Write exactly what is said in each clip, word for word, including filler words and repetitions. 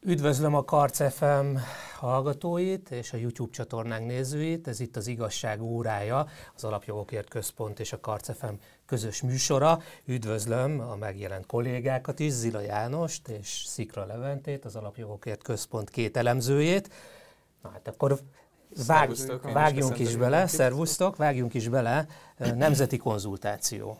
Üdvözlöm a Karc ef em hallgatóit és a YouTube csatornánk nézőit. Ez itt az Igazság órája, az Alapjogokért Központ és a Karc ef em közös műsora. Üdvözlöm a megjelent kollégákat is, Zila Jánost és Szikra Leventét, az Alapjogokért Központ két elemzőjét. Na hát akkor vág, vágjunk is bele, szervusztok, vágjunk is bele, nemzeti konzultáció.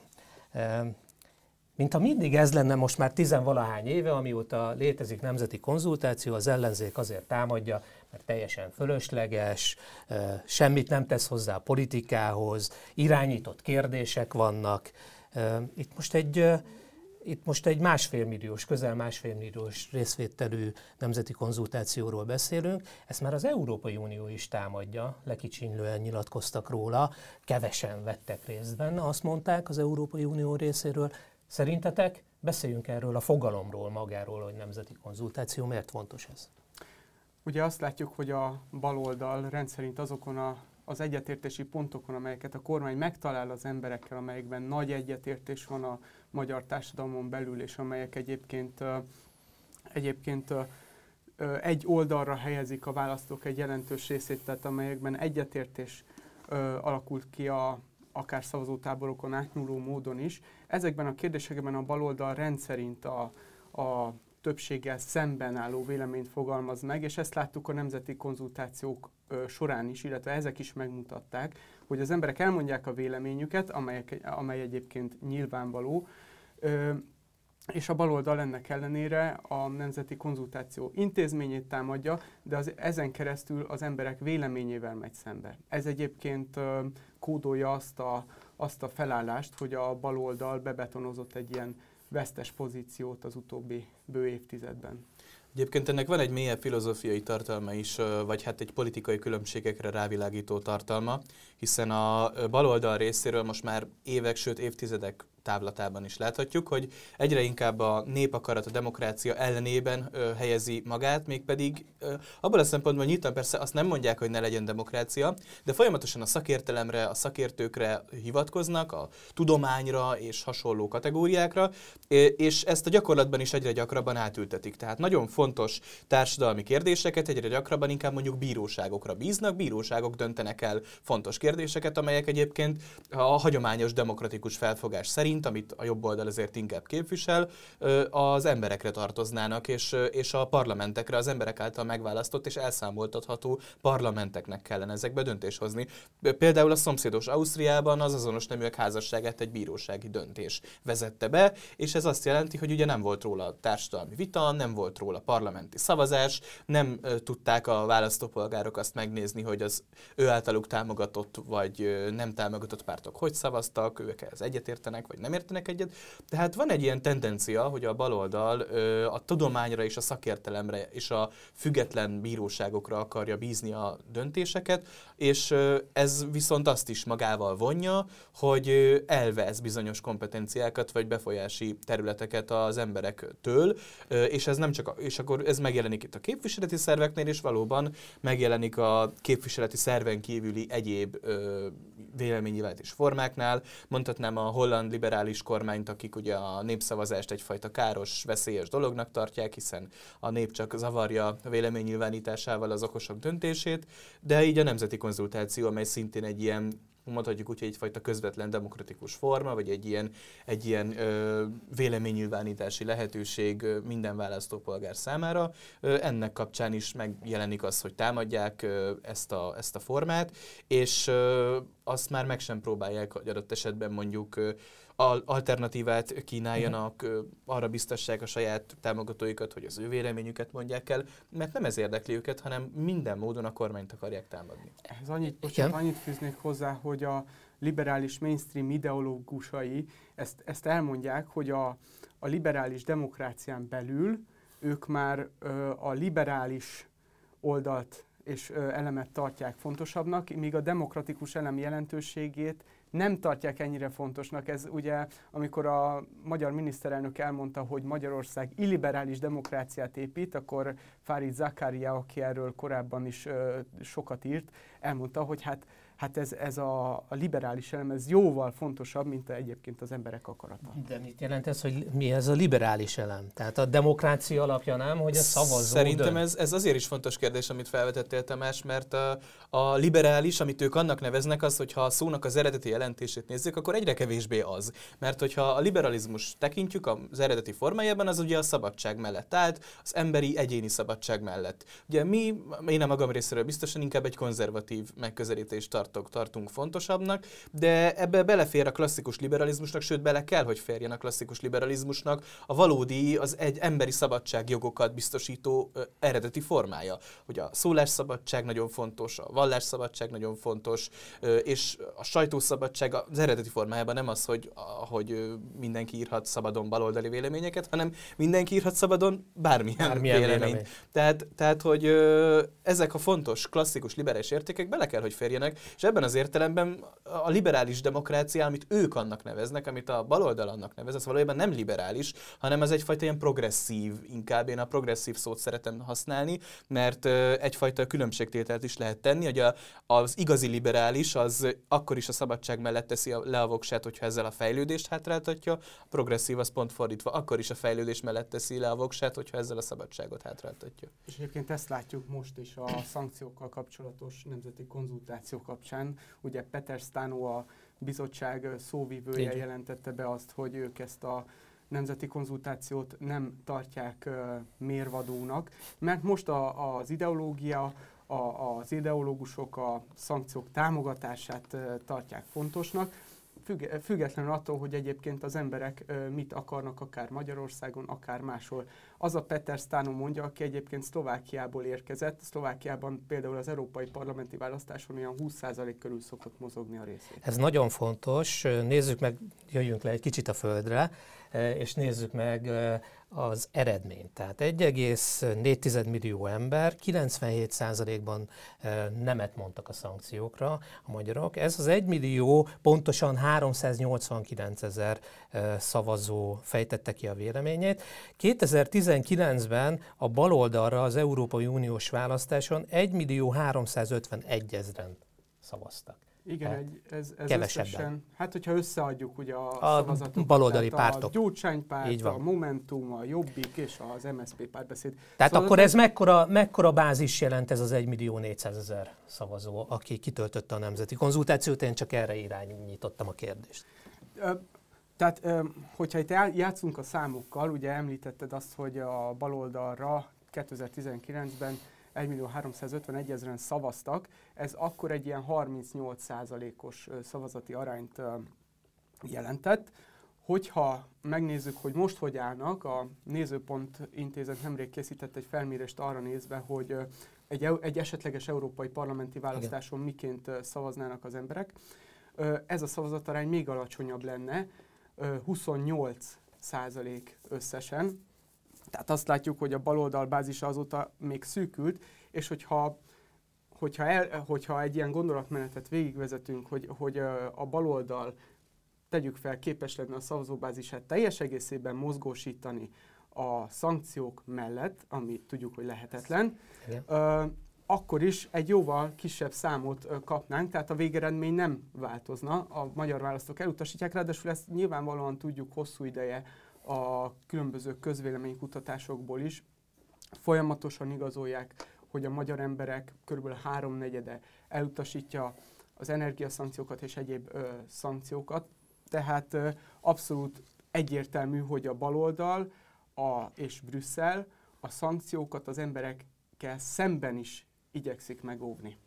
Mintha mindig ez lenne most már tizenvalahány éve, amióta létezik nemzeti konzultáció, az ellenzék azért támadja, mert teljesen fölösleges, semmit nem tesz hozzá a politikához, irányított kérdések vannak. Itt most egy, itt most egy másfél milliós, közel másfél milliós részvételű nemzeti konzultációról beszélünk. Ezt már az Európai Unió is támadja, lekicsinylően nyilatkoztak róla, kevesen vettek részt benne, azt mondták az Európai Unió részéről. Szerintetek beszéljünk erről a fogalomról, magáról, hogy nemzeti konzultáció, miért fontos ez? Ugye azt látjuk, hogy a baloldal rendszerint azokon a, az egyetértési pontokon, amelyeket a kormány megtalál az emberekkel, amelyekben nagy egyetértés van a magyar társadalmon belül, és amelyek egyébként, egyébként egy oldalra helyezik a választók egy jelentős részét, tehát amelyekben egyetértés alakult ki a akár szavazótáborokon átnyúló módon is. Ezekben a kérdésekben a baloldal rendszerint a, a többséggel szemben álló véleményt fogalmaz meg, és ezt láttuk a nemzeti konzultációk ö, során is, illetve ezek is megmutatták, hogy az emberek elmondják a véleményüket, amelyek, amely egyébként nyilvánvaló, ö, és a baloldal ennek ellenére a nemzeti konzultáció intézményét támadja, de az, ezen keresztül az emberek véleményével megy szembe. Ez egyébként ö, kódolja azt a, azt a felállást, hogy a baloldal bebetonozott egy ilyen vesztes pozíciót az utóbbi bő évtizedben. Egyébként ennek van egy mélyebb filozófiai tartalma is, vagy hát egy politikai különbségekre rávilágító tartalma, hiszen a baloldal részéről most már évek, sőt évtizedek távlatában is láthatjuk, hogy egyre inkább a népakarat, a demokrácia ellenében ö, helyezi magát, mégpedig ö, abban a szempontból nyíltan persze azt nem mondják, hogy ne legyen demokrácia, de folyamatosan a szakértelemre, a szakértőkre hivatkoznak, a tudományra és hasonló kategóriákra, és ezt a gyakorlatban is egyre gyakrabban átültetik. Tehát nagyon fontos társadalmi kérdéseket egyre gyakrabban inkább mondjuk bíróságokra bíznak, bíróságok döntenek el fontos kérdéseket, amelyek egyébként a hagyományos demokratikus felfogás szerint, amit a jobb oldal azért inkább képvisel, az emberekre tartoznának, és, és a parlamentekre, az emberek által megválasztott és elszámoltatható parlamenteknek kellene ezekbe döntést hozni. Például a szomszédos Ausztriában az azonos neműek házasságát egy bírósági döntés vezette be, és ez azt jelenti, hogy ugye nem volt róla társadalmi vita, nem volt róla parlamenti szavazás, nem tudták a választópolgárok azt megnézni, hogy az ő általuk támogatott vagy nem támogatott pártok hogy szavaztak, ők ehhez egyetértenek, vagy nem értenek egyet. Tehát van egy ilyen tendencia, hogy a baloldal ö, a tudományra és a szakértelemre és a független bíróságokra akarja bízni a döntéseket, és ö, ez viszont azt is magával vonja, hogy ö, elvesz bizonyos kompetenciákat vagy befolyási területeket az emberektől, ö, és ez nem csak a, és akkor ez megjelenik itt a képviseleti szerveknél, és valóban megjelenik a képviseleti szerven kívüli egyéb ö, véleménynyilvánítási formáknál. Mondhatnám a holland liberális kormányt, akik ugye a népszavazást egyfajta káros, veszélyes dolognak tartják, hiszen a nép csak zavarja a véleménynyilvánításával az okosok döntését, de így a nemzeti konzultáció, amely szintén egy ilyen, mondhatjuk úgy, hogy egyfajta közvetlen demokratikus forma, vagy egy ilyen, egy ilyen ö, véleménynyilvánítási lehetőség ö, minden választópolgár számára. Ö, ennek kapcsán is megjelenik az, hogy támadják ö, ezt, a, ezt a formát, és ö, azt már meg sem próbálják, hogy adott esetben mondjuk ö, alternatívát kínáljanak, ö, arra biztassák a saját támogatóikat, hogy az ő véleményüket mondják el, mert nem ez érdekli őket, hanem minden módon a kormányt akarják támadni. Ez annyit, bocsánat, annyit fűznék hozzá, hogy a liberális mainstream ideológusai ezt, ezt elmondják, hogy a, a liberális demokrácián belül ők már ö, a liberális oldalt és ö, elemet tartják fontosabbnak, míg a demokratikus elem jelentőségét nem tartják ennyire fontosnak. Ez ugye, amikor a magyar miniszterelnök elmondta, hogy Magyarország illiberális demokráciát épít, akkor Farid Zakaria, aki erről korábban is ö, sokat írt, elmondta, hogy hát hát ez, ez a, a liberális elem, ez jóval fontosabb, mint egyébként az emberek akarata. De mit jelent ez, hogy mi ez a liberális elem? Tehát a demokrácia alapja nem, hogy a szavazó Szerintem ez, ez azért is fontos kérdés, amit felvetettél, Tamás, mert a, a liberális, amit ők annak neveznek, az, hogyha a szónak az eredeti jelentését nézzük, akkor egyre kevésbé az. Mert hogyha a liberalizmus tekintjük az eredeti formájában, az ugye a szabadság mellett állt, az emberi egyéni szabadság mellett. Ugye mi, én a magam részéről biztosan inkább egy konzervatív megközelítést tartok, tartunk fontosabbnak, de ebbe belefér a klasszikus liberalizmusnak, sőt bele kell, hogy férjen a klasszikus liberalizmusnak a valódi, az egy emberi szabadságjogokat biztosító ö, eredeti formája. Hogy a szólásszabadság nagyon fontos, a vallásszabadság nagyon fontos, ö, és a sajtószabadság az eredeti formájában nem az, hogy, hogy mindenki írhat szabadon baloldali véleményeket, hanem mindenki írhat szabadon bármilyen, bármilyen véleményt. Vélemény. Tehát, tehát, hogy ö, ezek a fontos, klasszikus liberális értékek bele kell, hogy férjenek, és ebben az értelemben a liberális demokrácia, amit ők annak neveznek, amit a baloldal annak nevez, az valójában nem liberális, hanem az egyfajta ilyen progresszív, inkább én a progresszív szót szeretem használni, mert ö, egyfajta különbségtételt is lehet tenni, hogy a, az igazi liberális az akkor is a szabadság mellett teszi a, le a voksát, hogyha ezzel a fejlődést hátráltatja, a progresszív az pont fordítva, akkor is a fejlődés mellett teszi le a voksát, hogyha ezzel a szabadságot hátráltatja. És egyébként ezt látjuk most is a szankciókkal kapcsolatos nemzeti konzultáció kapcsán. Ugye Peter Stano, a bizottság szóvivője Igen. jelentette be azt, hogy ők ezt a nemzeti konzultációt nem tartják uh, mérvadónak, mert most a, az ideológia, a, az ideológusok a szankciók támogatását uh, tartják fontosnak, Függ, függetlenül attól, hogy egyébként az emberek uh, mit akarnak, akár Magyarországon, akár máshol. Az a Peter Stano mondja, aki egyébként Szlovákiából érkezett. Szlovákiában például az európai parlamenti választáson olyan húsz százalék körül szokott mozogni a részét. Ez nagyon fontos. Nézzük meg, jöjjünk le egy kicsit a földre, és nézzük meg az eredményt. Tehát egy egész négy millió ember, kilencvenhét százalékban nemet mondtak a szankciókra a magyarok. Ez az egy millió, pontosan háromszáznyolcvankilencezer szavazó fejtette ki a véleményét. kétezer-tizenkilencben a baloldalra az Európai Uniós választáson egy millió háromszázötvenegyezren szavaztak. Igen, egy, ez, ez kevesebben. Összesen, hát hogyha összeadjuk ugye a, a szavazatokat, baloldali a pártok. Gyurcsánypárt, a Momentum, a Jobbik és az em es zé pé párbeszéd. Tehát szóval akkor ez mekkora, mekkora bázis jelent ez az egy millió négyszázezer szavazó, aki kitöltötte a nemzeti konzultációt? Én csak erre irányítottam a kérdést. Tehát, hogyha itt játszunk a számokkal, ugye említetted azt, hogy a baloldalra kétezer-tizenkilencben egy millió háromszázötvenegyezren szavaztak, ez akkor egy ilyen harmincnyolc százalékos szavazati arányt jelentett. Hogyha megnézzük, hogy most hogy állnak, a Nézőpont Intézet nemrég készített egy felmérést arra nézve, hogy egy, egy esetleges európai parlamenti választáson Igen. miként szavaznának az emberek. Ez a szavazatarány még alacsonyabb lenne, huszonnyolc százalék összesen. Tehát azt látjuk, hogy a baloldal bázisa azóta még szűkült, és hogyha, hogyha, el, hogyha egy ilyen gondolatmenetet végigvezetünk, hogy, hogy a baloldal, tegyük fel, képes lenne a szavazóbázisát teljes egészében mozgósítani a szankciók mellett, ami tudjuk, hogy lehetetlen, uh, akkor is egy jóval kisebb számot uh, kapnánk, tehát a végeredmény nem változna, a magyar választók elutasítják, ráadásul ezt nyilvánvalóan tudjuk hosszú ideje a különböző közvéleménykutatásokból is. Folyamatosan igazolják, hogy a magyar emberek körülbelül háromnegyede elutasítja az energiaszankciókat és egyéb ö, szankciókat. Tehát ö, abszolút egyértelmű, hogy a baloldal a, és Brüsszel a szankciókat az emberekkel szemben is igyekszik megóvni.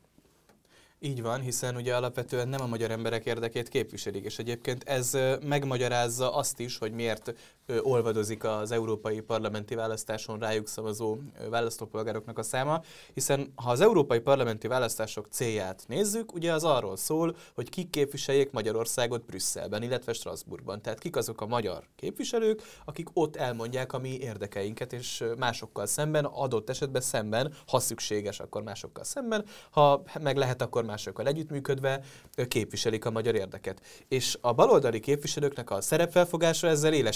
Így van, hiszen ugye alapvetően nem a magyar emberek érdekét képviselik, és egyébként ez megmagyarázza azt is, hogy miért olvadozik az európai parlamenti választáson rájuk szavazó választópolgároknak a száma, hiszen ha az európai parlamenti választások célját nézzük, ugye az arról szól, hogy kik képviseljék Magyarországot Brüsszelben, illetve Strasbourgban. Tehát kik azok a magyar képviselők, akik ott elmondják a mi érdekeinket, és másokkal szemben, adott esetben szemben, ha szükséges, akkor másokkal szemben, ha meg lehet, akkor másokkal együttműködve képviselik a magyar érdeket. És a baloldali képviselőknek a szerepfelfogása ezzel élesen szemben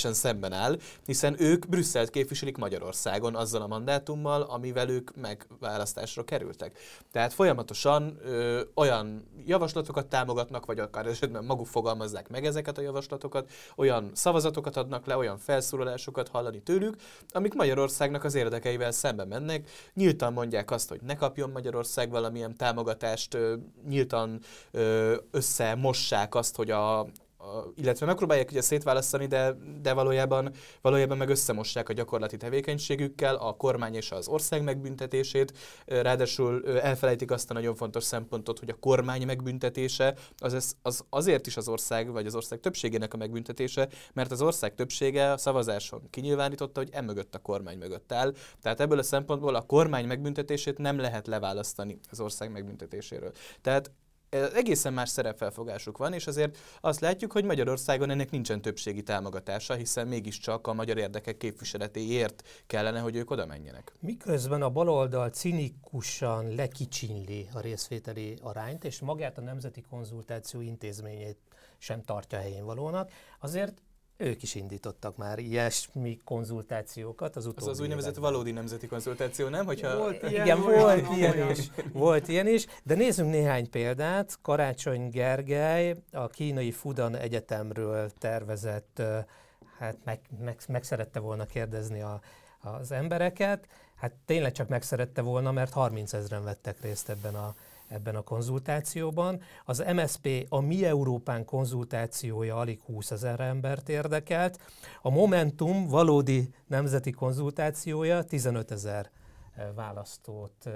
szemben áll, hiszen ők Brüsszelt képviselik Magyarországon azzal a mandátummal, amivel ők megválasztásra kerültek. Tehát folyamatosan ö, olyan javaslatokat támogatnak, vagy akár esetben maguk fogalmazzák meg ezeket a javaslatokat, olyan szavazatokat adnak le, olyan felszólalásokat hallani tőlük, amik Magyarországnak az érdekeivel szembe mennek. Nyíltan mondják azt, hogy ne kapjon Magyarország valamilyen támogatást, ö, nyíltan ö, összemossák azt, hogy a illetve megpróbálják ugye szétválasztani, de, de valójában, valójában meg összemossák a gyakorlati tevékenységükkel a kormány és az ország megbüntetését. Ráadásul elfelejtik azt a nagyon fontos szempontot, hogy a kormány megbüntetése az, az azért is az ország, vagy az ország többségének a megbüntetése, mert az ország többsége a szavazáson kinyilvánította, hogy emögött a kormány mögött áll. Tehát ebből a szempontból a kormány megbüntetését nem lehet leválasztani az ország megbüntetéséről. Tehát egészen más szerepfelfogásuk van, és azért azt látjuk, hogy Magyarországon ennek nincsen többségi támogatása, hiszen mégiscsak a magyar érdekek képviseletéért kellene, hogy ők oda menjenek. Miközben a baloldal cinikusan lekicsinli a részvételi arányt, és magát a Nemzeti Konzultáció intézményét sem tartja helyén valónak, azért ők is indítottak már ilyesmi konzultációkat az utóbbi Az az úgynevezett években. valódi nemzeti konzultáció, nem? Hogyha... Volt ilyen, Igen, olyan, volt olyan, ilyen olyan. is. Volt ilyen is, de nézzünk néhány példát. Karácsony Gergely a kínai Fudan Egyetemről tervezett, hát meg, meg, meg szerette volna kérdezni a, az embereket. Hát tényleg csak meg szerette volna, mert harmincezren vettek részt ebben a ebben a konzultációban. Az em es zé pé a Mi Európán konzultációja alig húszezer embert érdekelt. A Momentum valódi nemzeti konzultációja tizenötezer választót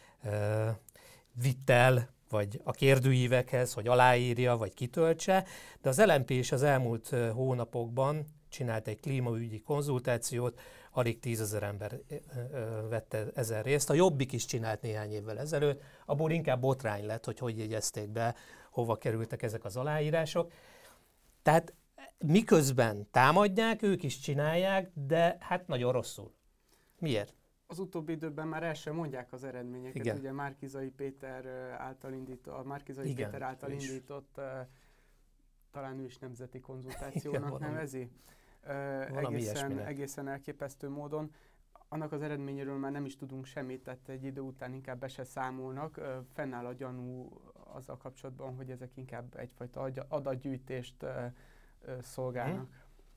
vitt el, vagy a kérdőívekhez, hogy aláírja, vagy kitöltse, de az el em pé is az elmúlt hónapokban csinált egy klímaügyi konzultációt, alig tízezer ember vette ezen részt. A Jobbik is csinált néhány évvel ezelőtt, abból inkább botrány lett, hogy hogy jegyezték be, hova kerültek ezek az aláírások. Tehát miközben támadják, ők is csinálják, de hát nagyon rosszul. Miért? Az utóbbi időben már el sem mondják az eredményeket. Igen. Ugye Márki-Zay Péter által indított, a Márki-Zay Igen, Péter által is. indított, uh, talán ő is nemzeti konzultációnak Igen, nevezi. Uh, egészen, egészen elképesztő módon. Annak az eredményéről már nem is tudunk semmit, tehát egy idő után inkább be se számolnak. Uh, fennáll a gyanú azzal kapcsolatban, hogy ezek inkább egyfajta adatgyűjtést uh, uh, szolgálnak. Hmm.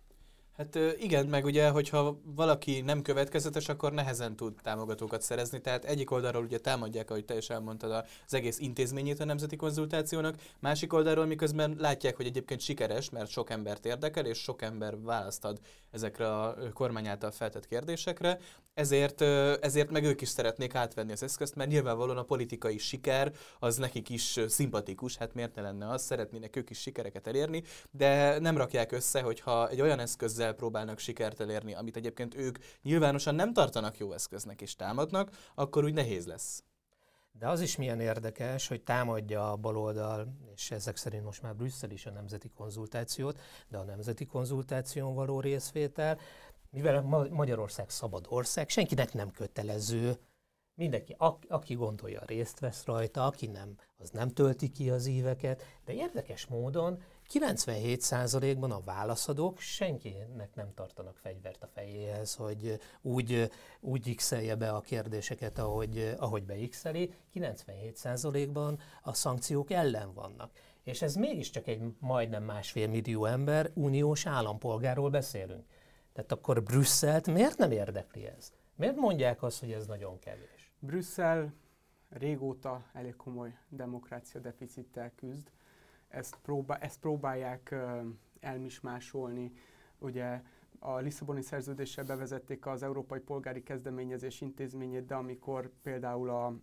Hát igen, meg ugye, hogyha valaki nem következetes, akkor nehezen tud támogatókat szerezni. Tehát egyik oldalról ugye támadják, ahogy te is elmondtad, az egész intézményét a nemzeti konzultációnak, másik oldalról miközben látják, hogy egyébként sikeres, mert sok embert érdekel, és sok ember választ ad ezekre a kormány által feltett kérdésekre. Ezért, ezért meg ők is szeretnék átvenni az eszközt, mert nyilvánvalóan a politikai siker az nekik is szimpatikus, hát miért ne lenne az, szeretnének ők is sikereket elérni, de nem rakják össze, hogyha egy olyan eszközzel próbálnak sikert elérni, amit egyébként ők nyilvánosan nem tartanak jó eszköznek és támadnak, akkor úgy nehéz lesz. De az is milyen érdekes, hogy támadja a baloldal, és ezek szerint most már Brüsszel is a nemzeti konzultációt, de a nemzeti konzultáción való részvétel, mivel Magyarország szabad ország, senkinek nem kötelező, mindenki, a, aki gondolja, részt vesz rajta, aki nem, az nem tölti ki az íveket, de érdekes módon kilencvenhét százalékban a válaszadók senkinek nem tartanak fegyvert a fejéhez, hogy úgy, úgy x-elje be a kérdéseket, ahogy, ahogy beixeli. kilencvenhét százalékban a szankciók ellen vannak. És ez mégiscsak egy majdnem másfél millió ember, uniós állampolgárról beszélünk. Tehát akkor Brüsszelt miért nem érdekli ez? Miért mondják azt, hogy ez nagyon kevés? Brüsszel régóta elég komoly demokrácia deficittel küzd. Ezt, próbál, ezt próbálják uh, elmismásolni. Ugye a Lisszaboni szerződéssel bevezették az Európai Polgári Kezdeményezés intézményét, de amikor például a,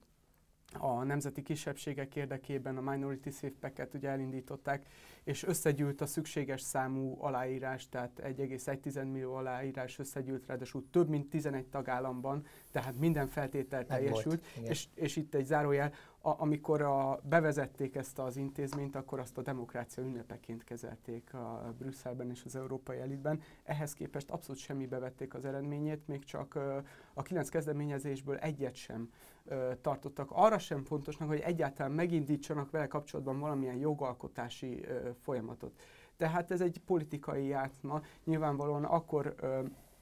a nemzeti kisebbségek érdekében a Minority Safe Packet ugye elindították, és összegyűlt a szükséges számú aláírás, tehát egy egész egy millió aláírás összegyűlt, ráadásul több mint tizenegy tagállamban, tehát minden feltétel teljesült, és, és itt egy zárójel, a, amikor a, bevezették ezt az intézményt, akkor azt a demokrácia ünnepeként kezelték a Brüsszelben és az európai elitben. Ehhez képest abszolút semmibe vették az eredményét, még csak uh, a kilenc kezdeményezésből egyet sem uh, tartottak. Arra sem fontosnak, hogy egyáltalán megindítsanak vele kapcsolatban valamilyen jogalkotási uh, folyamatot. Tehát ez egy politikai játszma. Nyilvánvalóan akkor ö,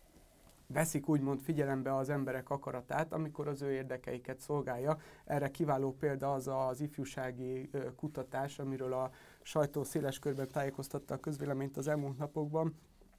veszik úgymond figyelembe az emberek akaratát, amikor az ő érdekeiket szolgálja. Erre kiváló példa az az ifjúsági ö, kutatás, amiről a sajtó széles körben tájékoztatta a közvéleményt az elmúlt napokban.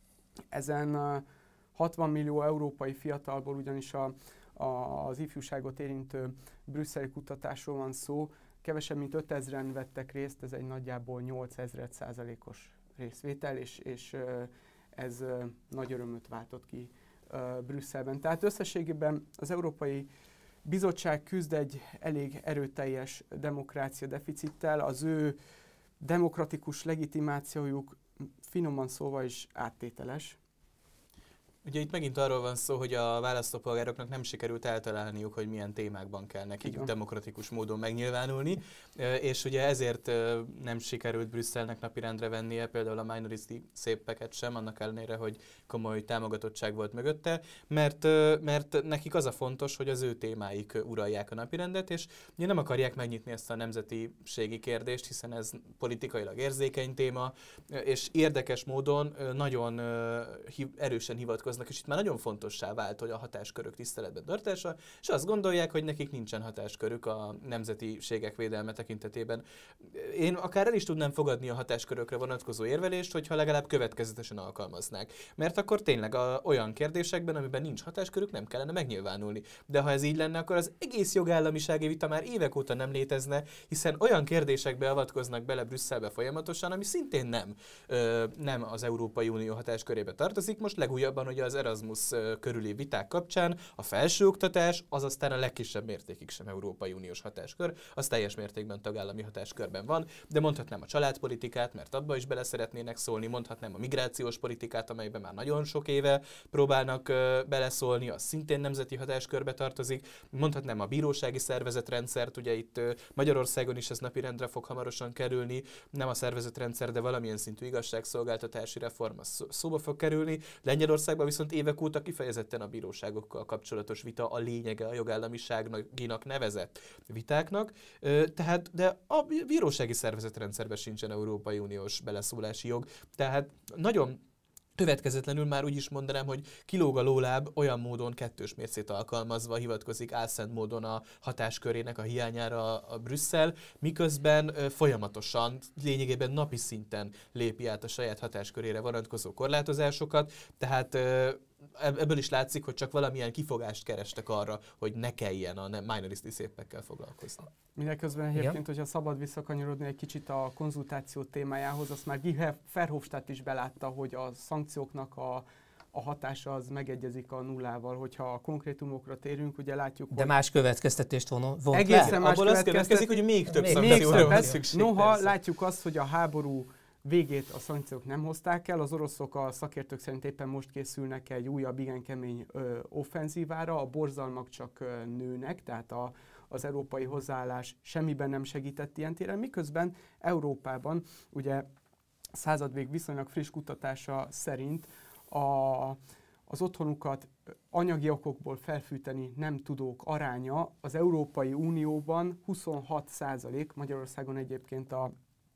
Ezen ö, hatvan millió európai fiatalból ugyanis a, a, az ifjúságot érintő brüsszeli kutatásról van szó. Kevesebb mint ötezren vettek részt, ez egy nagyjából nyolcezer százalékos részvétel, és, és ez nagy örömöt váltott ki Brüsszelben. Tehát összességében az Európai Bizottság küzd egy elég erőteljes demokrácia deficittel, az ő demokratikus legitimációjuk finoman szóval is áttételes. Ugye itt megint arról van szó, hogy a választópolgároknak nem sikerült eltalálniuk, hogy milyen témákban kell nekik Igen. demokratikus módon megnyilvánulni, és ugye ezért nem sikerült Brüsszelnek napirendre vennie például a minority szépeket sem, annak ellenére, hogy komoly támogatottság volt mögötte, mert, mert nekik az a fontos, hogy az ő témáik uralják a napirendet, és ugye nem akarják megnyitni ezt a nemzetiségi kérdést, hiszen ez politikailag érzékeny téma, és érdekes módon nagyon erősen hivatkoznak, és itt már nagyon fontossá vált, hogy a hatáskörök tiszteletben tartása, és azt gondolják, hogy nekik nincsen hatáskörük a nemzetiségek védelme tekintetében. Én akár el is tudnám fogadni a hatáskörökre vonatkozó érvelést, hogyha legalább következetesen alkalmaznák. Mert akkor tényleg a, olyan kérdésekben, amiben nincs hatáskörük, nem kellene megnyilvánulni. De ha ez így lenne, akkor az egész jogállamisági vita már évek óta nem létezne, hiszen olyan kérdésekbe avatkoznak bele Brüsszelbe folyamatosan, ami szintén nem, ö, nem az Európai Unió hatáskörébe tartozik. Most legújabban, hogy az Erasmus körüli viták kapcsán a felsőoktatás az aztán a legkisebb mértékig sem Európai Uniós hatáskör, az teljes mértékben tagállami hatáskörben van, de mondhatnám a családpolitikát, mert abba is bele szeretnének szólni, mondhatnám a migrációs politikát, amelyben már nagyon sok éve próbálnak beleszólni, az szintén nemzeti hatáskörbe tartozik, mondhatnám a bírósági szervezetrendszert, ugye itt Magyarországon is ez napirendre fog hamarosan kerülni, nem a szervezetrendszer, de valamilyen szintű igazságszolgáltatási reform az szóba fog kerülni. Lengyelországban viszont évek óta kifejezetten a bíróságokkal kapcsolatos vita a lényege a jogállamiságnak nevezett vitáknak. Tehát, de a bírósági szervezetrendszerben sincsen Európai Uniós beleszólási jog. Tehát nagyon következetlenül már úgy is mondanám, hogy kilóg a lóláb olyan módon kettős mércét alkalmazva hivatkozik álszent módon a hatáskörének a hiányára a Brüsszel, miközben folyamatosan, lényegében napi szinten lépi át a saját hatáskörére vonatkozó korlátozásokat, tehát ebből is látszik, hogy csak valamilyen kifogást kerestek arra, hogy ne kelljen a minority szépekkel foglalkozni. Mindeközben egyébként, hogyha szabad visszakanyarodni egy kicsit a konzultáció témájához, azt már Guy Verhofstadt is belátta, hogy a szankcióknak a, a hatása az megegyezik a nullával, hogyha a konkrétumokra térünk, ugye látjuk, De hogy más következtetést von, von egészen más abból az következik, hogy még több még szankcióra van több. szükség. Noha persze. látjuk azt, hogy a háború végét a szankciók nem hozták el, az oroszok a szakértők szerint éppen most készülnek egy újabb, igen kemény ö, offenzívára, a borzalmak csak ö, nőnek, tehát a, az európai hozzáállás semmiben nem segített ilyen téren, miközben Európában, ugye századvég viszonylag friss kutatása szerint a, az otthonukat anyagi okokból felfűteni nem tudók aránya az Európai Unióban huszonhat százalék, Magyarországon egyébként a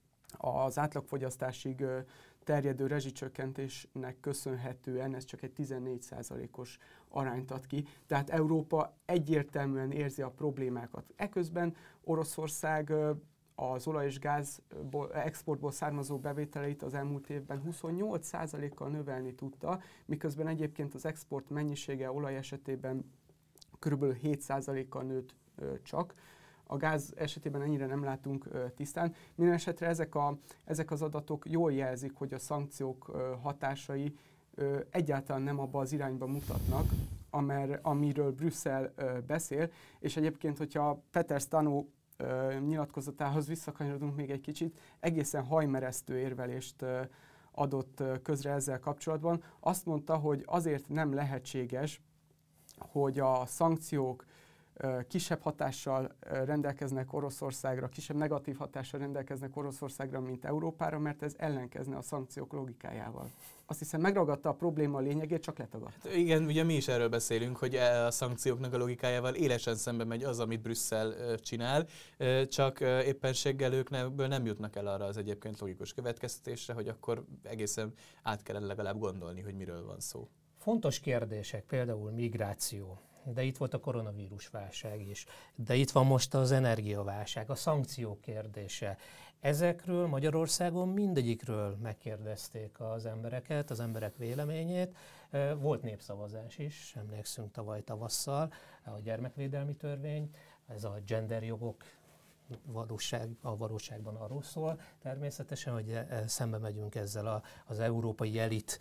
az átlagfogyasztásig terjedő rezsicsökkentésnek köszönhetően ez csak egy tizennégy százalékos arányt ad ki. Tehát Európa egyértelműen érzi a problémákat. Eközben Oroszország az olaj és gáz exportból származó bevételeit az elmúlt évben huszonnyolc százalékkal növelni tudta, miközben egyébként az export mennyisége olaj esetében kb. hét százalékkal nőtt csak. A gáz esetében ennyire nem látunk ö, tisztán. Minden esetre ezek, a, ezek az adatok jól jelzik, hogy a szankciók ö, hatásai ö, egyáltalán nem abba az irányba mutatnak, amer, amiről Brüsszel ö, beszél. És egyébként, hogyha Peter Stano ö, nyilatkozatához visszakanyarodunk még egy kicsit, egészen hajmeresztő érvelést ö, adott ö, közre ezzel kapcsolatban. Azt mondta, hogy azért nem lehetséges, hogy a szankciók kisebb hatással rendelkeznek Oroszországra, kisebb negatív hatással rendelkeznek Oroszországra, mint Európára, mert ez ellenkezne a szankciók logikájával. Azt hiszem megragadta a probléma lényegét, csak letagadta. Hát igen, ugye mi is erről beszélünk, hogy a szankcióknak a logikájával élesen szembe megy az, amit Brüsszel csinál, csak éppenséggel ők ebből nem jutnak el arra az egyébként logikus következtetésre, hogy akkor egészen át kellene legalább gondolni, hogy miről van szó. Fontos kérdések, például migráció, de itt volt a koronavírus válság is, de itt van most az energiaválság, a szankciók kérdése. Ezekről Magyarországon mindegyikről megkérdezték az embereket, az emberek véleményét. Volt népszavazás is, emlékszünk tavaly tavasszal, a gyermekvédelmi törvény, ez a genderjogok valóság, a valóságban arról szól. Természetesen, hogy szembe megyünk ezzel a, az európai elit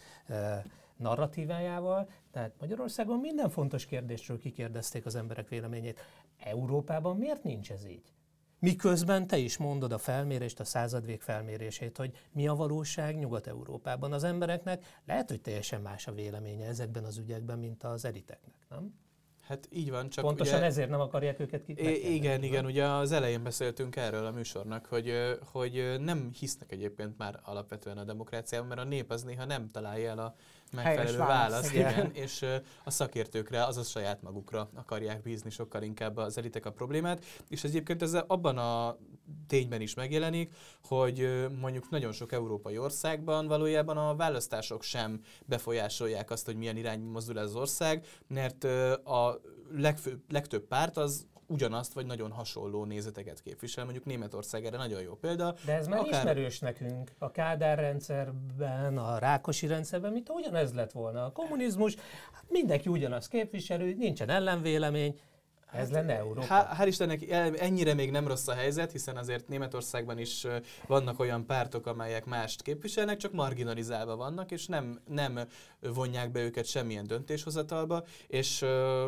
narratívájával, tehát Magyarországon minden fontos kérdésről kikérdezték az emberek véleményét. Európában miért nincs ez így? Miközben te is mondod a felmérést, a századvég felmérését, hogy mi a valóság Nyugat-Európában. Az embereknek lehet, hogy teljesen más a véleménye ezekben az ügyekben, mint az eliteknek, nem? Hát így van, csak pontosan ugye, ezért nem akarják őket ki. Igen, igen, ugye az elején beszéltünk erről a műsornak, hogy, hogy nem hisznek egyébként már alapvetően a demokráciában, mert a nép az néha nem találja el a megfelelő választ, igen, és a szakértőkre, azaz saját magukra akarják bízni sokkal inkább az elitek a problémát, és ez egyébként ez abban a tényben is megjelenik, hogy mondjuk nagyon sok európai országban valójában a választások sem befolyásolják azt, hogy milyen irányba mozdul ez az ország, mert a legfő, legtöbb párt az ugyanazt, vagy nagyon hasonló nézeteket képvisel. Mondjuk Németország erre nagyon jó példa. De ez már akár... ismerős nekünk. A Kádár rendszerben, a Rákosi rendszerben, mint ugyanez lett volna. A kommunizmus, mindenki ugyanazt képviselő, nincsen ellenvélemény. Ez lenne Európa. Há, hál' Istennek ennyire még nem rossz a helyzet, hiszen azért Németországban is vannak olyan pártok, amelyek mást képviselnek, csak marginalizálva vannak, és nem, nem vonják be őket semmilyen döntéshozatalba, és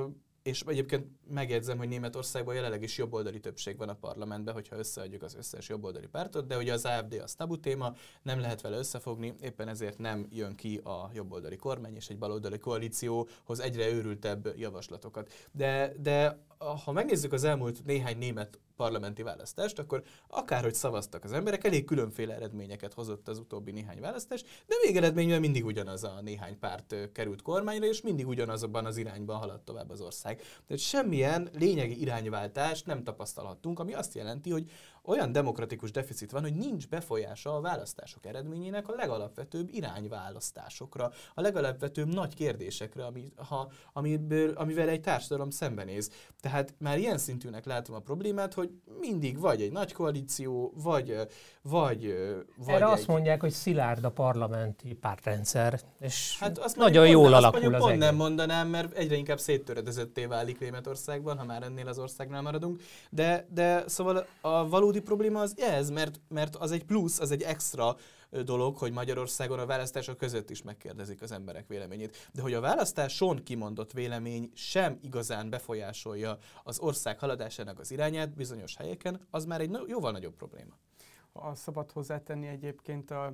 És egyébként megjegyzem, hogy Németországban jelenleg is jobboldali többség van a parlamentben, hogyha összeadjuk az összes jobboldali pártot, de ugye az á ef dé az tabu téma, nem lehet vele összefogni, éppen ezért nem jön ki a jobboldali kormány és egy baloldali koalícióhoz egyre őrültebb javaslatokat. De, de ha megnézzük az elmúlt néhány német parlamenti választást, akkor akárhogy szavaztak az emberek, elég különféle eredményeket hozott az utóbbi néhány választás, de végeredményben mindig ugyanaz a néhány párt került kormányra, és mindig ugyanazban az irányban haladt tovább az ország. Tehát semmilyen lényegi irányváltást nem tapasztalhattunk, ami azt jelenti, hogy olyan demokratikus deficit van, hogy nincs befolyása a választások eredményének a legalapvetőbb irányválasztásokra, a legalapvetőbb nagy kérdésekre, ami, ha, amiből, amivel egy társadalom szembenéz. Tehát már ilyen szintűnek látom a problémát, hogy mindig vagy egy nagy koalíció, vagy, vagy, vagy Erre egy... azt mondják, hogy szilárd a parlamenti pártrendszer, és hát azt nagyon jól pont, alakul azt az pont egész. Nem mondanám, mert egyre inkább széttöredezetté válik Németországban, ha már ennél az országnál maradunk, de, de szóval a valódi probléma az ez, mert, mert az egy plusz, az egy extra dolog, hogy Magyarországon a választások között is megkérdezik az emberek véleményét. De hogy a választáson kimondott vélemény sem igazán befolyásolja az ország haladásának az irányát bizonyos helyeken, az már egy jóval nagyobb probléma. A szabad hozzátenni egyébként a,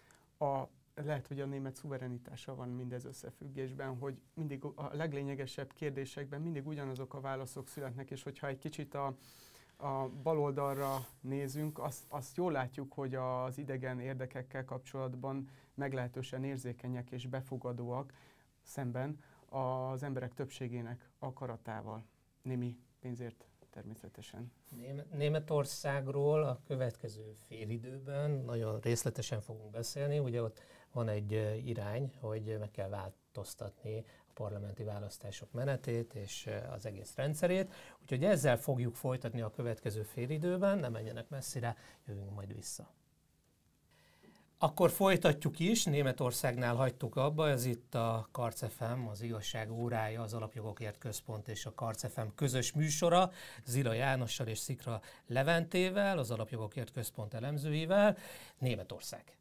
a lehet, hogy a német szuverenitása van mindez összefüggésben, hogy mindig a leglényegesebb kérdésekben mindig ugyanazok a válaszok születnek, és hogyha egy kicsit a a baloldalra nézünk, azt, azt jól látjuk, hogy az idegen érdekekkel kapcsolatban meglehetősen érzékenyek és befogadóak szemben az emberek többségének akaratával, némi pénzért természetesen. Németországról a következő félidőben nagyon részletesen fogunk beszélni, ugye ott van egy irány, hogy meg kell változtatni parlamenti választások menetét és az egész rendszerét. Úgyhogy ezzel fogjuk folytatni a következő félidőben, ne menjenek messzire, jövünk majd vissza. Akkor folytatjuk is, Németországnál hagytuk abba, ez itt a Karc ef em, az Igazság órája, az Alapjogokért Központ és a Karc ef em közös műsora, Zila Jánossal és Szikra Leventével, az Alapjogokért Központ elemzőivel. Németország.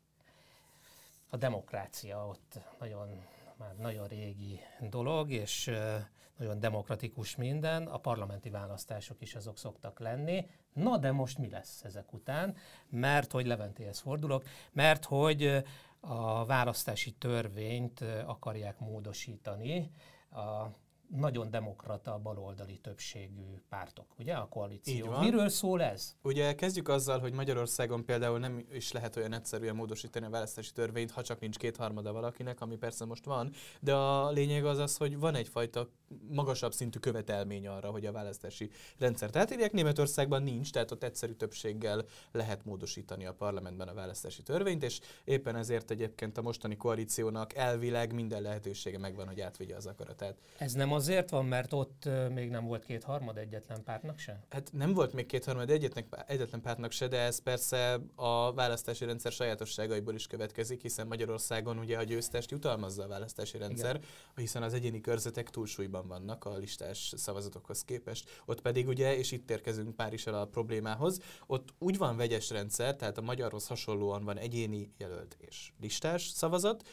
A demokrácia ott nagyon... már nagyon régi dolog, és nagyon demokratikus minden, a parlamenti választások is azok szoktak lenni. Na de most mi lesz ezek után? Mert hogy Leventéhez fordulok, mert hogy a választási törvényt akarják módosítani. A nagyon demokrata, baloldali többségű pártok, ugye a koalíció. Így van. Miről szól ez? Ugye kezdjük azzal, hogy Magyarországon például nem is lehet olyan egyszerűen módosítani a választási törvényt, ha csak nincs kétharmada valakinek, ami persze most van, de a lényeg az az, hogy van egyfajta magasabb szintű követelmény arra, hogy a választási rendszert átírják. Németországban nincs, tehát ott egyszerű többséggel lehet módosítani a parlamentben a választási törvényt, és éppen ezért egyébként a mostani koalíciónak elvileg minden lehetősége megvan, hogy átvigye az akaratát. Ez nem azért van, mert ott még nem volt kétharmad egyetlen pártnak se? Hát nem volt még kétharmad egyetlen, egyetlen pártnak se, de ez persze a választási rendszer sajátosságaiból is következik, hiszen Magyarországon ugye a győztest jutalmazza a választási rendszer, igen, hiszen az egyéni körzetek túlsúlyban vannak a listás szavazatokhoz képest. Ott pedig ugye, és itt érkezünk pár is el a problémához, ott úgy van vegyes rendszer, tehát a magyarhoz hasonlóan van egyéni jelölt és listás szavazat,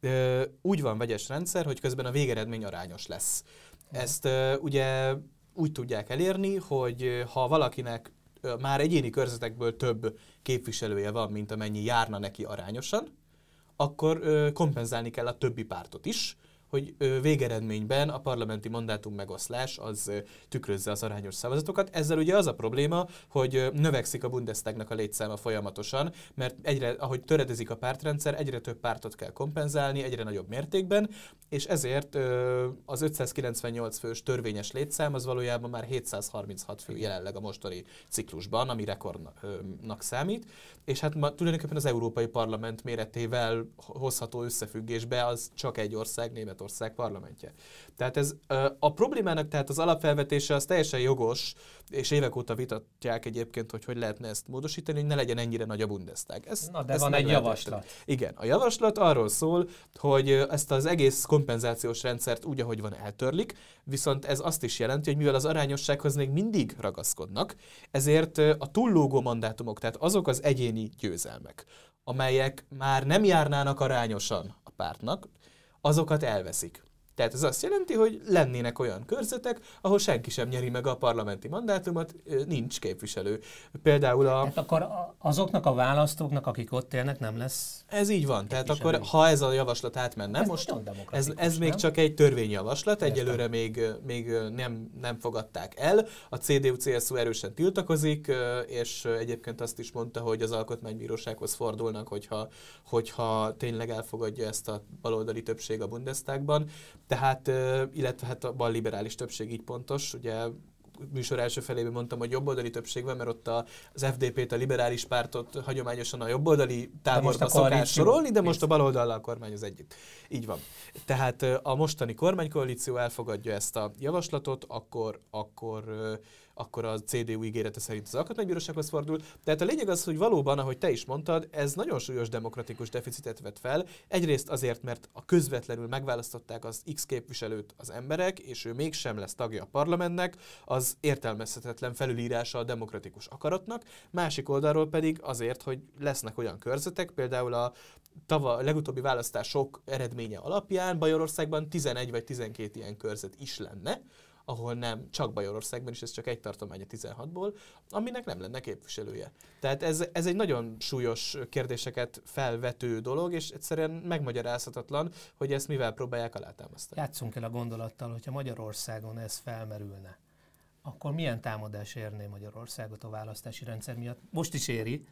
úgy van vegyes rendszer, hogy közben a végeredmény arányos lesz. Ezt ugye úgy tudják elérni, hogy ha valakinek már egyéni körzetekből több képviselője van, mint amennyi járna neki arányosan, akkor kompenzálni kell a többi pártot is, hogy végeredményben a parlamenti mandátum megoszlás az tükrözze az arányos szavazatokat. Ezzel ugye az a probléma, hogy növekszik a Bundestagnak a létszáma folyamatosan, mert egyre, ahogy töredezik a pártrendszer, egyre több pártot kell kompenzálni, egyre nagyobb mértékben, és ezért az ötszázkilencvennyolc fős törvényes létszám az valójában már hétszázharminchat fő jelenleg a mostani ciklusban, ami rekordnak számít, és hát ma, tulajdonképpen az Európai Parlament méretével hozható összefüggésbe az csak egy ország, Németország parlamentje. Tehát ez a problémának, tehát az alapfelvetése az teljesen jogos, és évek óta vitatják egyébként, hogy hogy lehetne ezt módosítani, hogy ne legyen ennyire nagy a Bundestag. Ez, Na, de van egy javaslat. Igen, a javaslat arról szól, hogy ezt az egész kompenzációs rendszert úgy, ahogy van, eltörlik, viszont ez azt is jelenti, hogy mivel az arányossághoz még mindig ragaszkodnak, ezért a túllógó mandátumok, tehát azok az egyéni győzelmek, amelyek már nem járnának arányosan a pártnak, azokat elveszik. Tehát ez azt jelenti, hogy lennének olyan körzetek, ahol senki sem nyeri meg a parlamenti mandátumot, nincs képviselő. Például a... Tehát akkor azoknak a választóknak, akik ott élnek, nem lesz... Ez így van. Tehát akkor, ha ez a javaslat átmenne, ez most ez, ez még csak egy törvényjavaslat, egyelőre még, még nem, nem fogadták el. A cé dé u cé es u erősen tiltakozik, és egyébként azt is mondta, hogy az alkotmánybírósághoz fordulnak, hogyha, hogyha tényleg elfogadja ezt a baloldali többség a Bundestagban. Tehát, illetve hát a balliberális többség így pontos, ugye műsor első felében mondtam, hogy jobboldali többség van, mert ott az ef dé pét, a liberális pártot hagyományosan a jobboldali táborba szokás sorolni, de most a baloldallal kormányoz együtt. Így van. Tehát a mostani kormánykoalíció elfogadja ezt a javaslatot, akkor, akkor, akkor a cé dé u ígérete szerint az alkotmánybírósághoz fordul. Tehát a lényeg az, hogy valóban, ahogy te is mondtad, ez nagyon súlyos demokratikus deficitet vet fel. Egyrészt azért, mert a közvetlenül megválasztották az X képviselőt az emberek, és ő mégsem lesz tagja a parlamentnek, az értelmezhetetlen felülírása a demokratikus akaratnak. Másik oldalról pedig azért, hogy lesznek olyan körzetek, például a tava, legutóbbi választások eredménye alapján Bajorországban tizenegy vagy tizenkét ilyen körzet is lenne, ahol nem, csak Bajorországban is, ez csak egy tartomány a tizenhatból, aminek nem lenne képviselője. Tehát ez, ez egy nagyon súlyos kérdéseket felvető dolog, és egyszerűen megmagyarázhatatlan, hogy ezt mivel próbálják alátámasztani. Játsszunk el a gondolattal, hogyha Magyarországon ez felmerülne, akkor milyen támadás érné Magyarországot a választási rendszer miatt? Most is éri,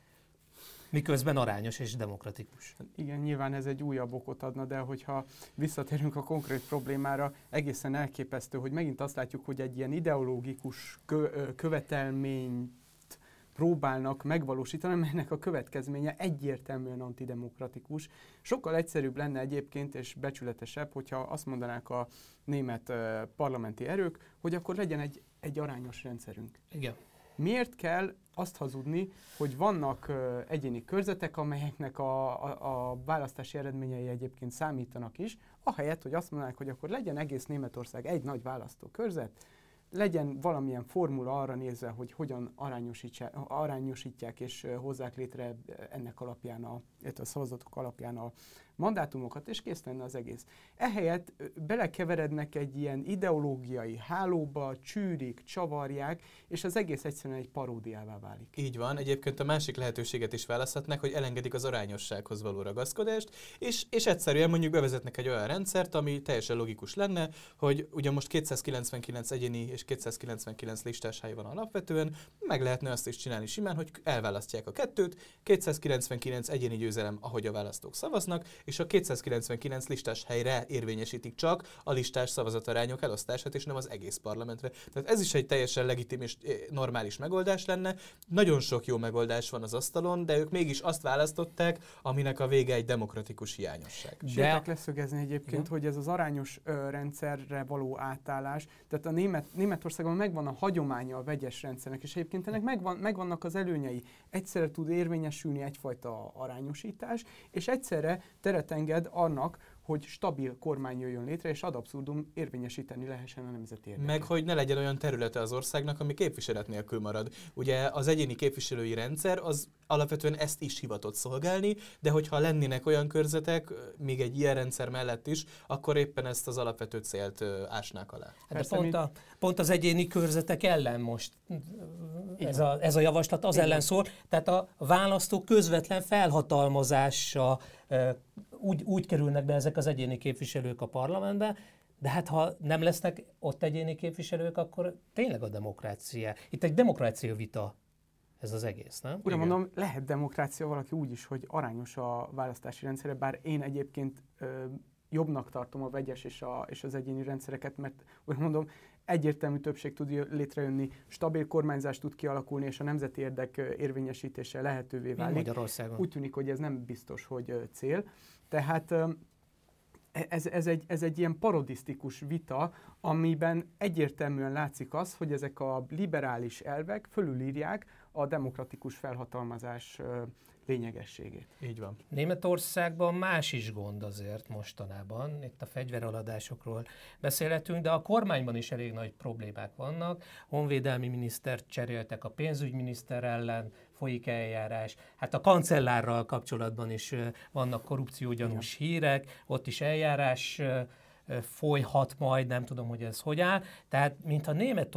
miközben arányos és demokratikus. Igen, nyilván ez egy újabb okot adna, de hogyha visszatérünk a konkrét problémára, egészen elképesztő, hogy megint azt látjuk, hogy egy ilyen ideológikus kö- követelményt próbálnak megvalósítani, melynek a következménye egyértelműen antidemokratikus. Sokkal egyszerűbb lenne egyébként, és becsületesebb, hogyha azt mondanák a német uh, parlamenti erők, hogy akkor legyen egy, egy arányos rendszerünk. Igen. Miért kell azt hazudni, hogy vannak uh, egyéni körzetek, amelyeknek a, a, a választási eredményei egyébként számítanak is, ahelyett, hogy azt mondanák, hogy akkor legyen egész Németország egy nagy választókörzet, legyen valamilyen formula arra nézve, hogy hogyan arányosítják és hozzák létre ennek alapján a illetve a szavazatok alapján a mandátumokat, és kész lenne az egész. Ehelyett belekeverednek egy ilyen ideológiai hálóba, csűrik, csavarják, és az egész egyszerűen egy paródiává válik. Így van, egyébként a másik lehetőséget is választhatnak, hogy elengedik az arányossághoz való ragaszkodást, és, és egyszerűen mondjuk bevezetnek egy olyan rendszert, ami teljesen logikus lenne, hogy ugye most kétszázkilencvenkilenc egyéni és kétszázkilencvenkilenc listás hely van alapvetően, meg lehetne azt is csinálni simán, hogy elválasztják a kettőt, kétszázkilencvenkilenc egyéni győzelem, ahogy a választók szavaznak, és a kétszázkilencvenkilenc listás helyre érvényesítik csak a listás szavazatarányok elosztását, és nem az egész parlamentre. Tehát ez is egy teljesen legitim és normális megoldás lenne. Nagyon sok jó megoldás van az asztalon, de ők mégis azt választották, aminek a vége egy demokratikus hiányosság. Sértek leszögezni egyébként, de... hogy ez az arányos ö, rendszerre való átállás, tehát a Német, Németországban megvan a hagyománya a vegyes rendszernek, és egyébként ennek megvan, megvannak az előnyei. Egyszerre tud érvényesülni egyfajta arányosítás, és egyszerre teret enged annak, hogy stabil kormány jöjjön létre, és ad abszurdum érvényesíteni lehessen a nemzeti érdeket. Meg, hogy ne legyen olyan területe az országnak, ami képviselet nélkül marad. Ugye az egyéni képviselői rendszer az alapvetően ezt is hivatott szolgálni, de hogyha lennének olyan körzetek, még egy ilyen rendszer mellett is, akkor éppen ezt az alapvető célt ásnák alá. Hát de pont, a, pont az egyéni körzetek ellen most ez a, ez a javaslat az Igen. ellen szól, tehát a választók közvetlen felhatalmazása úgy, úgy kerülnek be ezek az egyéni képviselők a parlamentbe, de hát ha nem lesznek ott egyéni képviselők, akkor tényleg a demokrácia. Itt egy demokrácia vita ez az egész, nem? Ugye mondom, lehet demokrácia valaki úgy is, hogy arányos a választási rendszere, bár én egyébként ö, jobbnak tartom a vegyes és, a, és az egyéni rendszereket, mert úgy mondom, egyértelmű többség tud létrejönni, stabil kormányzás tud kialakulni, és a nemzeti érdek érvényesítése lehetővé válik. Magyarországon. Úgy tűnik, hogy ez nem biztos, hogy cél. Tehát ez, ez, egy, ez egy ilyen parodisztikus vita, amiben egyértelműen látszik az, hogy ezek a liberális elvek fölülírják a demokratikus felhatalmazás lényegességét. Így van. Németországban más is gond azért mostanában, itt a fegyvereladásokról beszélhetünk, de a kormányban is elég nagy problémák vannak. Honvédelmi minisztert cseréltek a pénzügyminiszter ellen, folyik eljárás. Hát a kancellárral kapcsolatban is vannak korrupciógyanús Igen. hírek, ott is eljárás folyhat majd, nem tudom, hogy ez hogy áll. Tehát, mintha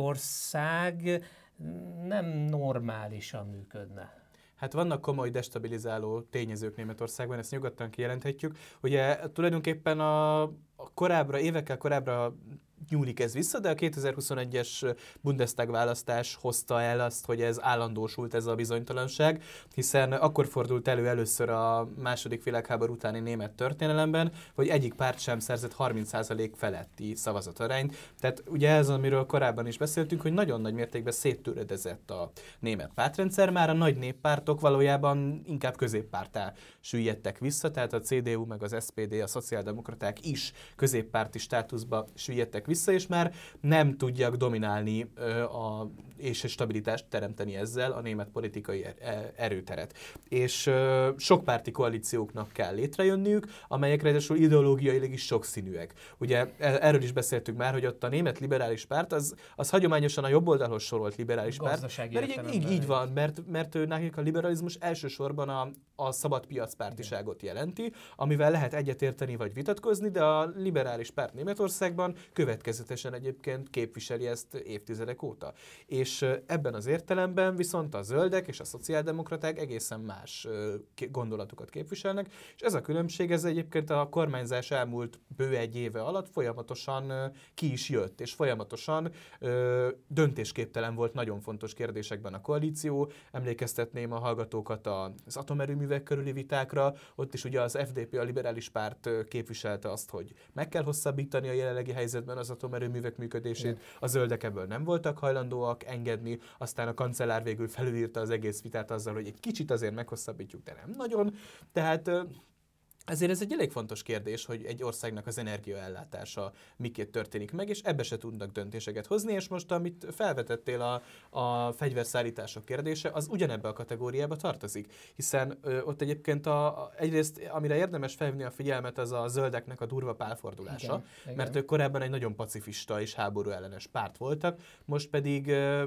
Németország nem normálisan működne. Hát vannak komoly destabilizáló tényezők Németországban, ezt nyugodtan kijelenthetjük. Ugye tulajdonképpen a, a korábbra, évekkel korábbra nyúlik ez vissza, de a kétezer-huszonegyes Bundestag választás hozta el azt, hogy ez állandósult ez a bizonytalanság, hiszen akkor fordult elő először a második világháború utáni német történelemben, hogy egyik párt sem szerzett harminc százalék feletti szavazatarányt. Tehát ugye ez, amiről korábban is beszéltünk, hogy nagyon nagy mértékben széttöredezett a német pártrendszer, már a nagy néppártok valójában inkább középpárttá süllyedtek vissza, tehát a cé dé u meg az es pé dé, a szociáldemokraták is középpárti státuszba süllyedtek vissza, és már nem tudják dominálni ö, a, és stabilitást teremteni ezzel a német politikai er, erőteret. És ö, sokpárti koalícióknak kell létrejönniük, amelyek ráadásul ideológiailag is sokszínűek. Ugye erről is beszéltünk már, hogy ott a német liberális párt, az, az hagyományosan a jobb oldalhoz sorolt liberális párt. Mert így, így, így van, mert, mert nekik a liberalizmus elsősorban a, a szabad piacpártiságot jelenti, amivel lehet egyetérteni vagy vitatkozni, de a liberális párt Németországban következetesen egyébként képviseli ezt évtizedek óta. És ebben az értelemben viszont a zöldek és a szociáldemokraták egészen más gondolatokat képviselnek, és ez a különbség, ez egyébként a kormányzás elmúlt bő egy éve alatt folyamatosan ki is jött, és folyamatosan ö, döntésképtelen volt nagyon fontos kérdésekben a koalíció. Emlékeztetném a hallgatókat az atomerőművek körüli vitákra, ott is ugye az ef dé pé, a liberális párt képviselte azt, hogy meg kell hosszabbítani a jelenlegi helyzetben az atomerőművek működését, Igen. a zöldek ebből nem voltak hajlandóak engedni, aztán a kancellár végül felülírta az egész vitát azzal, hogy egy kicsit azért meghosszabbítjuk, de nem nagyon. Tehát ezért ez egy elég fontos kérdés, hogy egy országnak az energiaellátása miként történik meg, és ebbe se tudnak döntéseket hozni, és most amit felvetettél a, a fegyverszállítások kérdése, az ugyanebbe a kategóriába tartozik, hiszen ö, ott egyébként a, a, egyrészt, amire érdemes felhívni a figyelmet, az a zöldeknek a durva pálfordulása, igen, mert igen. ők korábban egy nagyon pacifista és háború ellenes párt voltak, most pedig ö,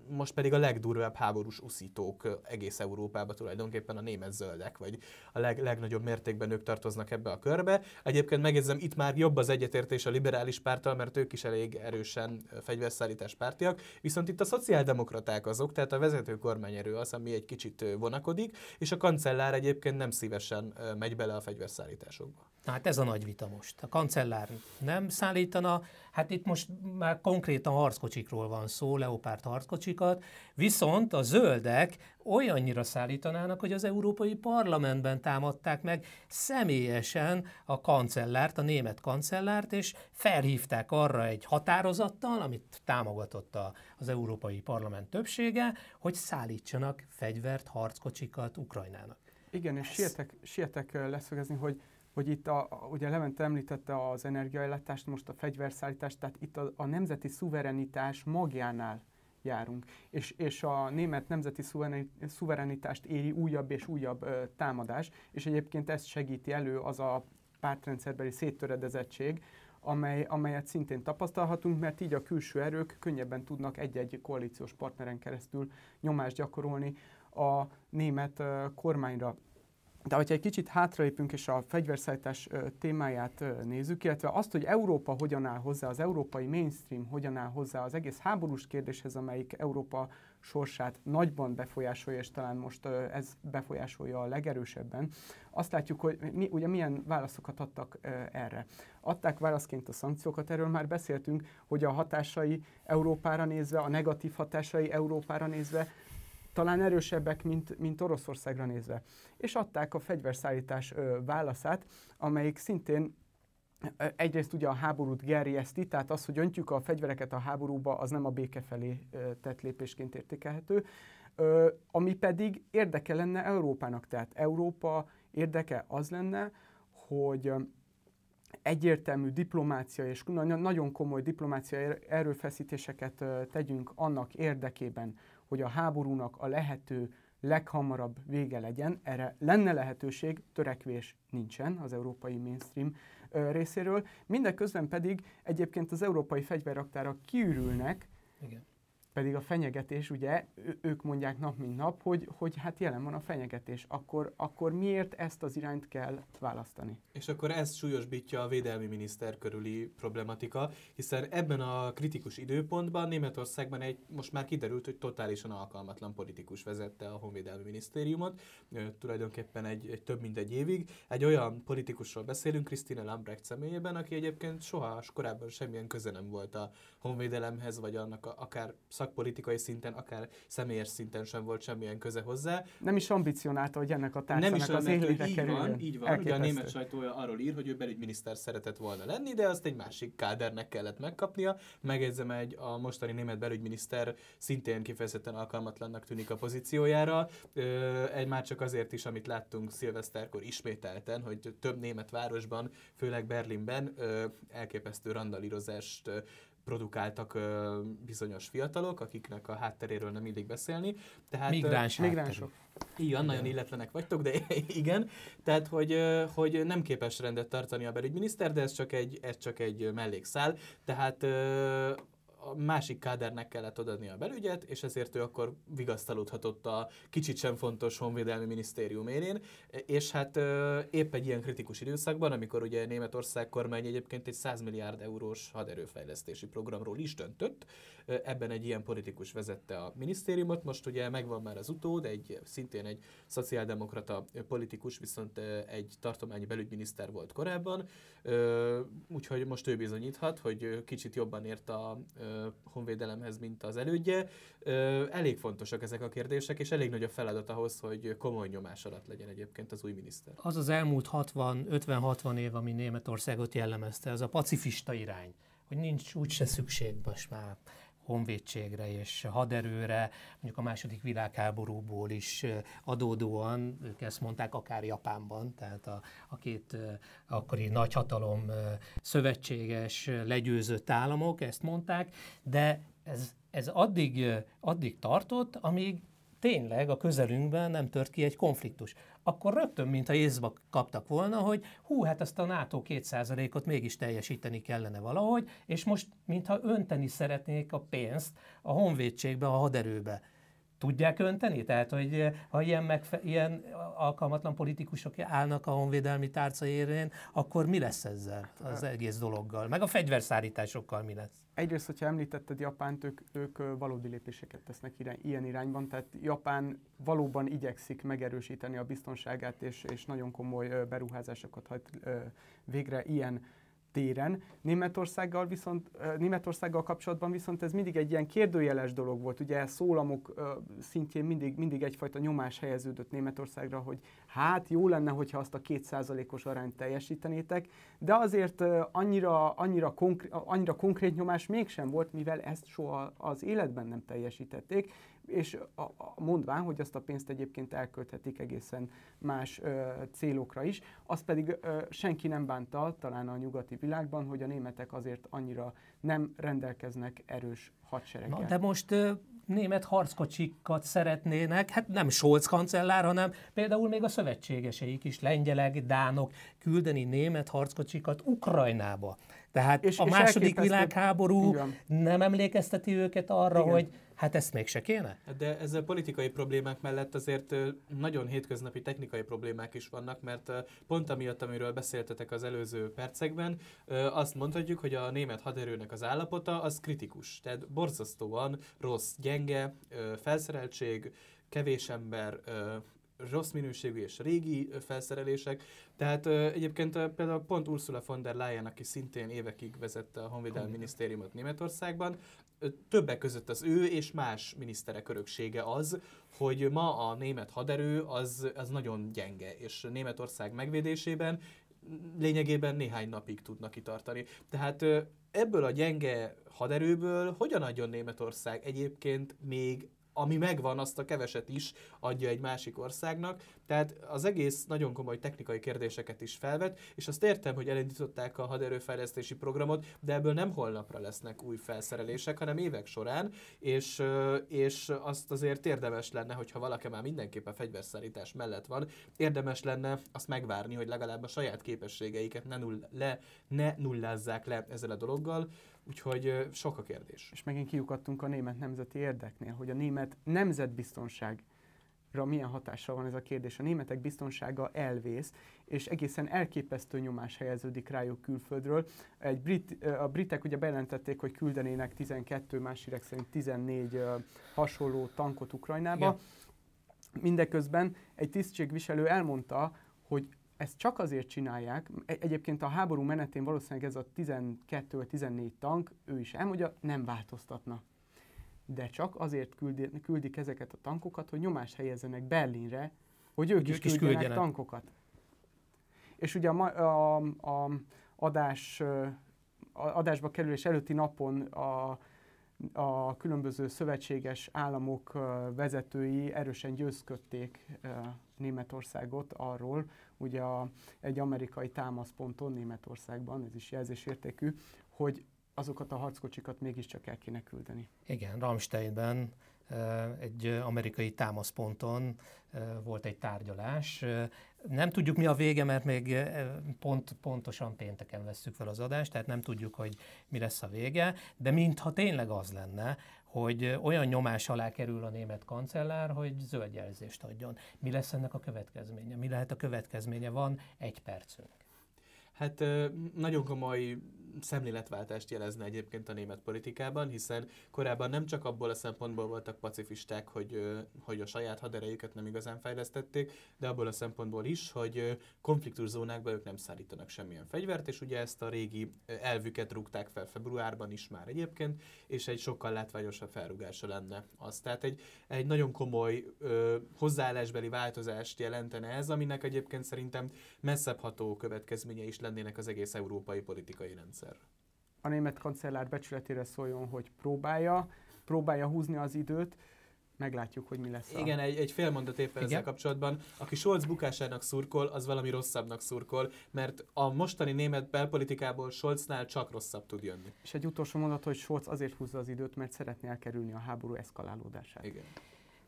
most pedig a legdurvább háborús uszítók egész Európában tulajdonképpen a német zöldek, vagy a leg, legnagyobb mértékben ők tartoznak ebbe a körbe. Egyébként megjegyzem, itt már jobb az egyetértés a liberális párttal, mert ők is elég erősen fegyverszállítás pártiak, viszont itt a szociáldemokraták azok, tehát a vezető kormányerő az, ami egy kicsit vonakodik, és a kancellár egyébként nem szívesen megy bele a fegyverszállításokba. Hát ez a nagy vita most. A kancellár nem szállítana, hát itt most már konkrétan harckocsikról van szó, Leopard harckocsikat, viszont a zöldek olyannyira szállítanának, hogy az Európai Parlamentben támadták meg személyesen a kancellárt, a német kancellárt, és felhívták arra egy határozattal, amit támogatott az Európai Parlament többsége, hogy szállítsanak fegyvert, harckocsikat Ukrajnának. Igen, és sietek, sietek leszögezni, hogy hogy itt a, a, ugye Levente említette az energiaellátást, most a fegyverszállítást, tehát itt a, a nemzeti szuverenitás magjánál járunk. És, és a német nemzeti szuverenitást éri újabb és újabb ö, támadás, és egyébként ezt segíti elő az a pártrendszerbeli széttöredezettség, amely, amelyet szintén tapasztalhatunk, mert így a külső erők könnyebben tudnak egy-egy koalíciós partneren keresztül nyomást gyakorolni a német ö, kormányra. De hogyha egy kicsit hátralépünk és a fegyverszállítás témáját nézzük, illetve azt, hogy Európa hogyan áll hozzá, az európai mainstream hogyan áll hozzá az egész háborús kérdéshez, amelyik Európa sorsát nagyban befolyásolja, és talán most ez befolyásolja a legerősebben, azt látjuk, hogy mi, ugye milyen válaszokat adtak erre. Adták válaszként a szankciókat, erről már beszéltünk, hogy a hatásai Európára nézve, a negatív hatásai Európára nézve talán erősebbek, mint, mint Oroszországra nézve. És adták a fegyverszállítás ö, válaszát, amelyik szintén ö, egyrészt ugye a háborút gerjeszti, tehát az, hogy öntjük a fegyvereket a háborúba, az nem a béke felé ö, tett lépésként értékelhető, ö, ami pedig érdeke lenne Európának. Tehát Európa érdeke az lenne, hogy ö, egyértelmű diplomácia és nagyon komoly diplomáciai erőfeszítéseket ö, tegyünk annak érdekében, hogy a háborúnak a lehető leghamarabb vége legyen. Erre lenne lehetőség, törekvés nincsen az európai mainstream ö, részéről. Mindeközben pedig egyébként az európai fegyverraktárak kiürülnek, igen. Pedig a fenyegetés, ugye, ők mondják nap mint nap, hogy, hogy hát jelen van a fenyegetés. Akkor, akkor miért ezt az irányt kell választani? És akkor ez súlyosbítja a védelmi miniszter körüli problematika, hiszen ebben a kritikus időpontban Németországban egy, most már kiderült, hogy totálisan alkalmatlan politikus vezette a honvédelmi minisztériumot, tulajdonképpen egy, egy több mint egy évig. Egy olyan politikusról beszélünk, Christine Lambrecht személyében, aki egyébként soha korábban semmilyen köze nem volt a honvédelemhez, vagy annak a, akár szakpolitikai szinten, akár személyes szinten sem volt semmilyen köze hozzá. Nem is ambicionálta, hogy ennek a tárcának az élére kerüljön. Van, így van. Ugye a német sajtó arról ír, hogy ő belügyminiszter szeretett volna lenni, de azt egy másik kádernek kellett megkapnia. Megjegyzem, egy a mostani német belügyminiszter szintén kifejezetten alkalmatlannak tűnik a pozíciójára. Egy már csak azért is, amit láttunk szilveszterkor ismételten, hogy több német városban, főleg Berlinben elképesztő randalírozást produkáltak ö, bizonyos fiatalok, akiknek a hátteréről nem illik beszélni. Tehát, Migráns migránsok. Igen, nagyon illetlenek vagytok, de igen. Tehát, hogy, hogy nem képes rendet tartani a belügyminiszter, de ez csak egy, ez csak egy mellékszál. Tehát ö, a másik kádernek kellett odaadni a belügyet, és ezért ő akkor vigasztalódhatott a kicsit sem fontos honvédelmi minisztérium élén, és hát épp egy ilyen kritikus időszakban, amikor ugye Németország kormány egyébként egy száz milliárd eurós haderőfejlesztési programról is döntött, ebben egy ilyen politikus vezette a minisztériumot, most ugye megvan már az utód, egy szintén egy szociáldemokrata politikus, viszont egy tartományi belügyminiszter volt korábban, úgyhogy most ő bizonyíthat, hogy kicsit jobban ért a honvédelemhez, mint az elődje. Elég fontosak ezek a kérdések, és elég nagy a feladat ahhoz, hogy komoly nyomás alatt legyen egyébként az új miniszter. Az az elmúlt hatvan, ötven-hatvan év, ami Németországot jellemezte, ez a pacifista irány, hogy nincs úgyse szükség most már honvédségre és haderőre, mondjuk a második világháborúból is adódóan, ők ezt mondták akár Japánban, tehát a, a két akkori nagyhatalom szövetséges, legyőzött államok ezt mondták, de ez, ez addig, addig tartott, amíg tényleg a közelünkben nem tört ki egy konfliktus. Akkor rögtön, mintha észbe kaptak volna, hogy hú, hát ezt a NATO két százalékot mégis teljesíteni kellene valahogy, és most mintha önteni szeretnék a pénzt a honvédségbe, a haderőbe. Tudják önteni? Tehát, hogy ha ilyen, megfe- ilyen alkalmatlan politikusok állnak a honvédelmi tárca érén, akkor mi lesz ezzel az egész dologgal? Meg a fegyverszállításokkal mi lesz? Egyrészt, hogyha említetted Japánt, ők, ők valódi lépéseket tesznek irány, ilyen irányban, tehát Japán valóban igyekszik megerősíteni a biztonságát, és, és nagyon komoly beruházásokat hajt végre ilyen téren. Németországgal viszont, Németországgal kapcsolatban viszont ez mindig egy ilyen kérdőjeles dolog volt. Ugye szólamok szintjén mindig, mindig egyfajta nyomás helyeződött Németországra, hogy hát jó lenne, hogyha azt a két százalékos arányt teljesítenétek, de azért annyira, annyira, konkrét, annyira konkrét nyomás mégsem volt, mivel ezt soha az életben nem teljesítették, és a, a mondván, hogy azt a pénzt egyébként elkölthetik egészen más ö, célokra is, azt pedig ö, senki nem bánta, talán a nyugati világban, hogy a németek azért annyira nem rendelkeznek erős hadsereggel. Na, de most ö, német harckocsikat szeretnének, hát nem Scholz kancellár, hanem például még a szövetségeseik is, lengyelek, dánok küldeni német harckocsikat Ukrajnába. Tehát és, a és második világháború nem emlékezteti őket arra, igen, hogy hát ezt mégse kéne? De ezzel politikai problémák mellett azért nagyon hétköznapi technikai problémák is vannak, mert pont amiatt, amiről beszéltetek az előző percekben, azt mondhatjuk, hogy a német haderőnek az állapota az kritikus. Tehát borzasztóan rossz, gyenge, felszereltség, kevés ember, rossz minőségű és régi felszerelések. Tehát ö, egyébként ö, például pont Ursula von der Leyen, aki szintén évekig vezette a Honvédelmi Minisztériumot Németországban, ö, többek között az ő és más miniszterek öröksége az, hogy ma a német haderő az, az nagyon gyenge, és Németország megvédésében lényegében néhány napig tudnak kitartani. Tehát ö, ebből a gyenge haderőből hogyan adjon Németország egyébként még, ami megvan, azt a keveset is adja egy másik országnak. Tehát az egész nagyon komoly technikai kérdéseket is felvet, és azt értem, hogy elindították a haderőfejlesztési programot, de ebből nem holnapra lesznek új felszerelések, hanem évek során, és, és azt azért érdemes lenne, hogyha valaki már mindenképpen fegyverszállítás mellett van, érdemes lenne azt megvárni, hogy legalább a saját képességeiket ne, null, le, ne nullázzák le ezzel a dologgal. Úgyhogy sok a kérdés. És megint kiukadtunk a német nemzeti érdeknél, hogy a német nemzetbiztonságra milyen hatással van ez a kérdés. A németek biztonsága elvész, és egészen elképesztő nyomás helyeződik rájuk külföldről. Egy brit, a britek ugye bejelentették, hogy küldenének tizenkettő, más hírek szerint tizennégy uh, hasonló tankot Ukrajnába. Igen. Mindeközben egy tisztségviselő elmondta, hogy ezt csak azért csinálják, egyébként a háború menetén valószínűleg ez a tizenkettő vagy tizennégy tank, ő is elmondja, nem változtatna. De csak azért küldi, küldik ezeket a tankokat, hogy nyomást helyezzenek Berlinre, hogy ők, ők is küldjenek, küldjenek tankokat. És ugye a, a, a adás, a adásba kerülés előtti napon a, a különböző szövetséges államok vezetői erősen győzködték Németországot arról, ugye a, egy amerikai támaszponton Németországban, ez is jelzésértékű, hogy azokat a harckocsikat mégiscsak el kéne küldeni. Igen, Ramsteinben egy amerikai támaszponton volt egy tárgyalás. Nem tudjuk, mi a vége, mert még pont, pontosan pénteken vesszük fel az adást, tehát nem tudjuk, hogy mi lesz a vége, de mintha tényleg az lenne, hogy olyan nyomás alá kerül a német kancellár, hogy zöld jelzést adjon. Mi lesz ennek a következménye? Mi lehet a következménye? Van egy percünk. Hát nagyon komoly szemléletváltást jelezne egyébként a német politikában, hiszen korábban nem csak abból a szempontból voltak pacifisták, hogy, hogy a saját haderejüket nem igazán fejlesztették, de abból a szempontból is, hogy konfliktuszónákban ők nem szállítanak semmilyen fegyvert, és ugye ezt a régi elvüket rúgták fel februárban is már egyébként, és egy sokkal látványosabb felrúgása lenne az. Tehát egy, egy nagyon komoly ö, hozzáállásbeli változást jelentene ez, aminek egyébként szerintem messzebbható következménye is lennének az egész európai politikai rendszer. A német kancellár becsületére szóljon, hogy próbálja, próbálja húzni az időt, meglátjuk, hogy mi lesz. A... Igen, egy, egy fél mondat éppen ezzel kapcsolatban. Aki Scholz bukásának szurkol, az valami rosszabbnak szurkol, mert a mostani német belpolitikából Scholznál csak rosszabb tud jönni. És egy utolsó mondat, hogy Scholz azért húzza az időt, mert szeretné elkerülni a háború eszkalálódását. Igen.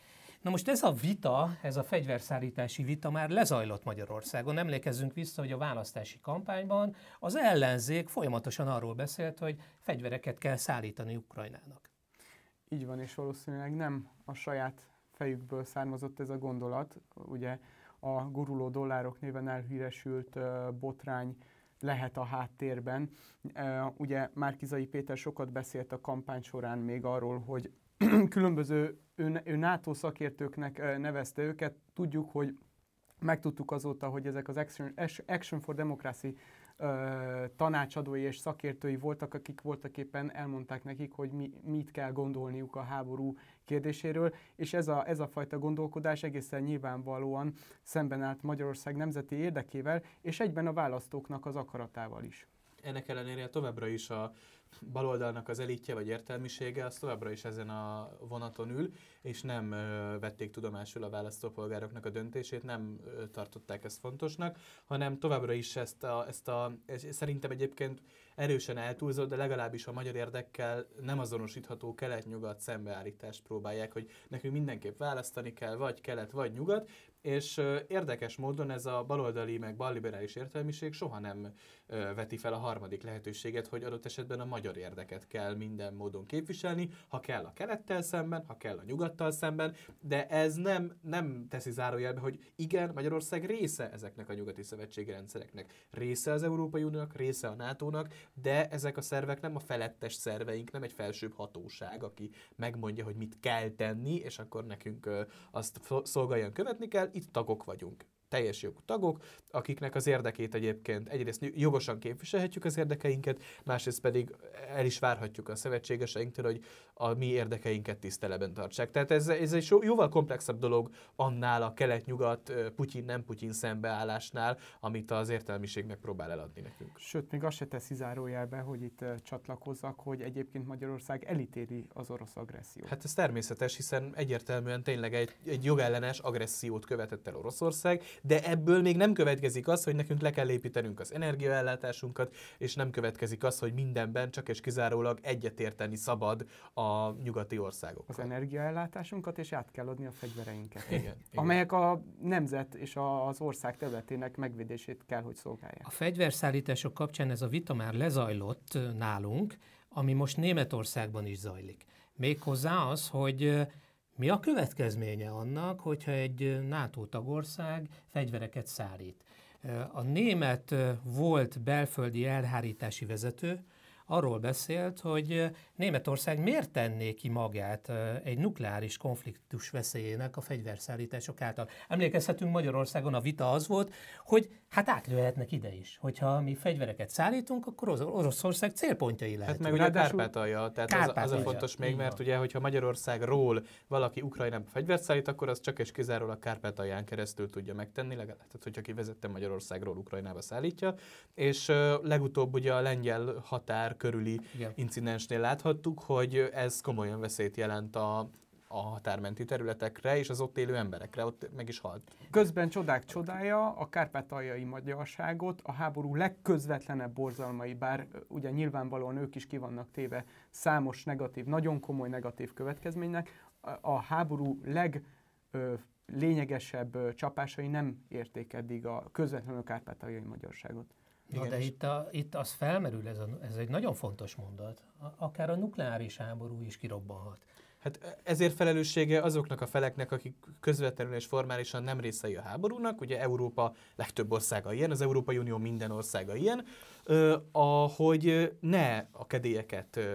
Na most ez a vita, ez a fegyverszállítási vita már lezajlott Magyarországon. Emlékezzünk vissza, hogy a választási kampányban az ellenzék folyamatosan arról beszélt, hogy fegyvereket kell szállítani Ukrajnának. Így van, és valószínűleg nem a saját fejükből származott ez a gondolat. Ugye a guruló dollárok néven elhíresült uh, botrány lehet a háttérben. Uh, ugye Márki-Zay Péter sokat beszélt a kampány során még arról, hogy különböző ő, ő NATO szakértőknek uh, nevezte őket. Tudjuk, hogy megtudtuk azóta, hogy ezek az Action, Action for Democracy uh, tanácsadói és szakértői voltak, akik voltak éppen elmondták nekik, hogy mi, mit kell gondolniuk a háború kérdéséről, és ez a, ez a fajta gondolkodás egészen nyilvánvalóan szemben állt Magyarország nemzeti érdekével, és egyben a választóknak az akaratával is. Ennek ellenére továbbra is a baloldalnak az elitje vagy értelmisége, az továbbra is ezen a vonaton ül, és nem ö, vették tudomásul a választópolgároknak a döntését, nem ö, tartották ezt fontosnak, hanem továbbra is ezt a, ezt a szerintem egyébként erősen eltúlzott, de legalábbis a magyar érdekkel nem azonosítható kelet-nyugat szembeállítást próbálják, hogy nekünk mindenképp választani kell, vagy kelet, vagy nyugat, és ö, érdekes módon ez a baloldali meg balliberális értelmiség soha nem ö, veti fel a harmadik lehetőséget, hogy adott esetben a magyar érdeket kell minden módon képviselni, ha kell a kelettel szemben, ha kell a nyugattal szemben, de ez nem, nem teszi zárójelbe, hogy igen, Magyarország része ezeknek a nyugati szövetségi rendszereknek, része az Európai Uniónak, része a nátónak, de ezek a szervek nem a felettes szerveink, nem egy felsőbb hatóság, aki megmondja, hogy mit kell tenni, és akkor nekünk ö, azt szolgáljan követni kell, itt tagok vagyunk. Teljes jogú tagok, akiknek az érdekét egyébként egyrészt jogosan képviselhetjük az érdekeinket, másrészt pedig el is várhatjuk a szövetségeseinktől, hogy a mi érdekeinket tiszteletben tartsák. Tehát ez, ez egy jóval komplexebb dolog annál a kelet-nyugat, Putyin-nem Putyin szembeállásnál, amit az értelmiség megpróbál eladni nekünk. Sőt, még azt se teszi zárójelbe, hogy itt csatlakozzak, hogy egyébként Magyarország elítéli az orosz agressziót. Hát ez természetes, hiszen egyértelműen tényleg egy, egy jogellenes agressziót követett el Oroszország, de ebből még nem következik az, hogy nekünk le kell építenünk az energiaellátásunkat, és nem következik az, hogy mindenben csak és kizárólag egyetérteni szabad a nyugati országokkal. Az energiaellátásunkat, és át kell adni a fegyvereinket. Igen, igen. Amelyek a nemzet és az ország területének megvédését kell, hogy szolgálják. A fegyverszállítások kapcsán ez a vita már lezajlott nálunk, ami most Németországban is zajlik. Méghozzá az, hogy mi a következménye annak, hogyha egy NATO tagország fegyvereket szállít? A német volt belföldi elhárítási vezető arról beszélt, hogy Németország miért tenné ki magát egy nukleáris konfliktus veszélyének a fegyverszállítások által. Emlékezhetünk, Magyarországon a vita az volt, hogy hát átlőhetnek ide is. Hogyha mi fegyvereket szállítunk, akkor Oroszország célpontjai lehet. Hát meg ugye a Kárpátalja, tehát Kárpátalja. Az, az a fontos még, mert ugye, hogyha Magyarországról valaki Ukrajnába fegyvert szállít, akkor az csak és kizárólag Kárpátalján keresztül tudja megtenni, legalább, tehát hogyha kivezette Magyarországról Ukrajnába szállítja, és uh, legutóbb ugye a lengyel határ körüli igen. incidensnél láthattuk, hogy ez komolyan veszélyt jelent a, a határmenti területekre és az ott élő emberekre, ott meg is halt. Közben csodák csodája, a kárpátaljai magyarságot a háború legközvetlenebb borzalmai, bár ugye nyilvánvalóan ők is ki vannak téve számos negatív, nagyon komoly negatív következménynek, a háború leg ö, lényegesebb ö, csapásai nem érték eddig a közvetlenül kárpátaljai magyarságot. Na, de itt, a, itt az felmerül, ez, a, ez egy nagyon fontos mondat. Akár a nukleáris háború is kirobbanhat. Hát ezért felelőssége azoknak a feleknek, akik közvetlenül és formálisan nem részei a háborúnak, ugye Európa legtöbb országa ilyen, az Európai Unió minden országa ilyen, uh, ahogy ne a kedélyeket uh,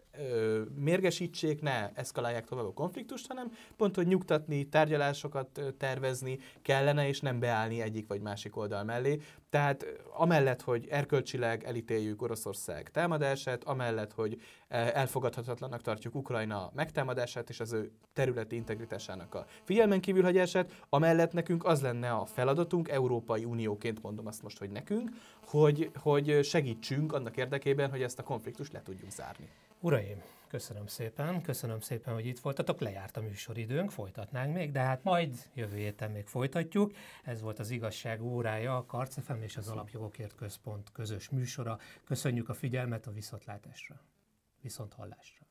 mérgesítsék, ne eszkalálják tovább a konfliktust, hanem pont, hogy nyugtatni, tárgyalásokat tervezni kellene, és nem beállni egyik vagy másik oldal mellé. Tehát amellett, hogy erkölcsileg elítéljük Oroszország támadását, amellett, hogy elfogadhatatlannak tartjuk Ukrajna megtámadását és az ő területi integritásának a figyelmen kívülhagyását, amellett nekünk az lenne a feladatunk, Európai Unióként mondom azt most, hogy nekünk, hogy, hogy segítsünk annak érdekében, hogy ezt a konfliktust le tudjuk zárni. Uraim, köszönöm szépen, köszönöm szépen, hogy itt voltatok, lejárt a műsoridőnk, folytatnánk még, de hát majd jövő héten még folytatjuk. Ez volt az Igazság órája, a Karc ef em és az Alapjogokért Központ közös műsora. Köszönjük a figyelmet, a viszontlátásra, viszonthallásra.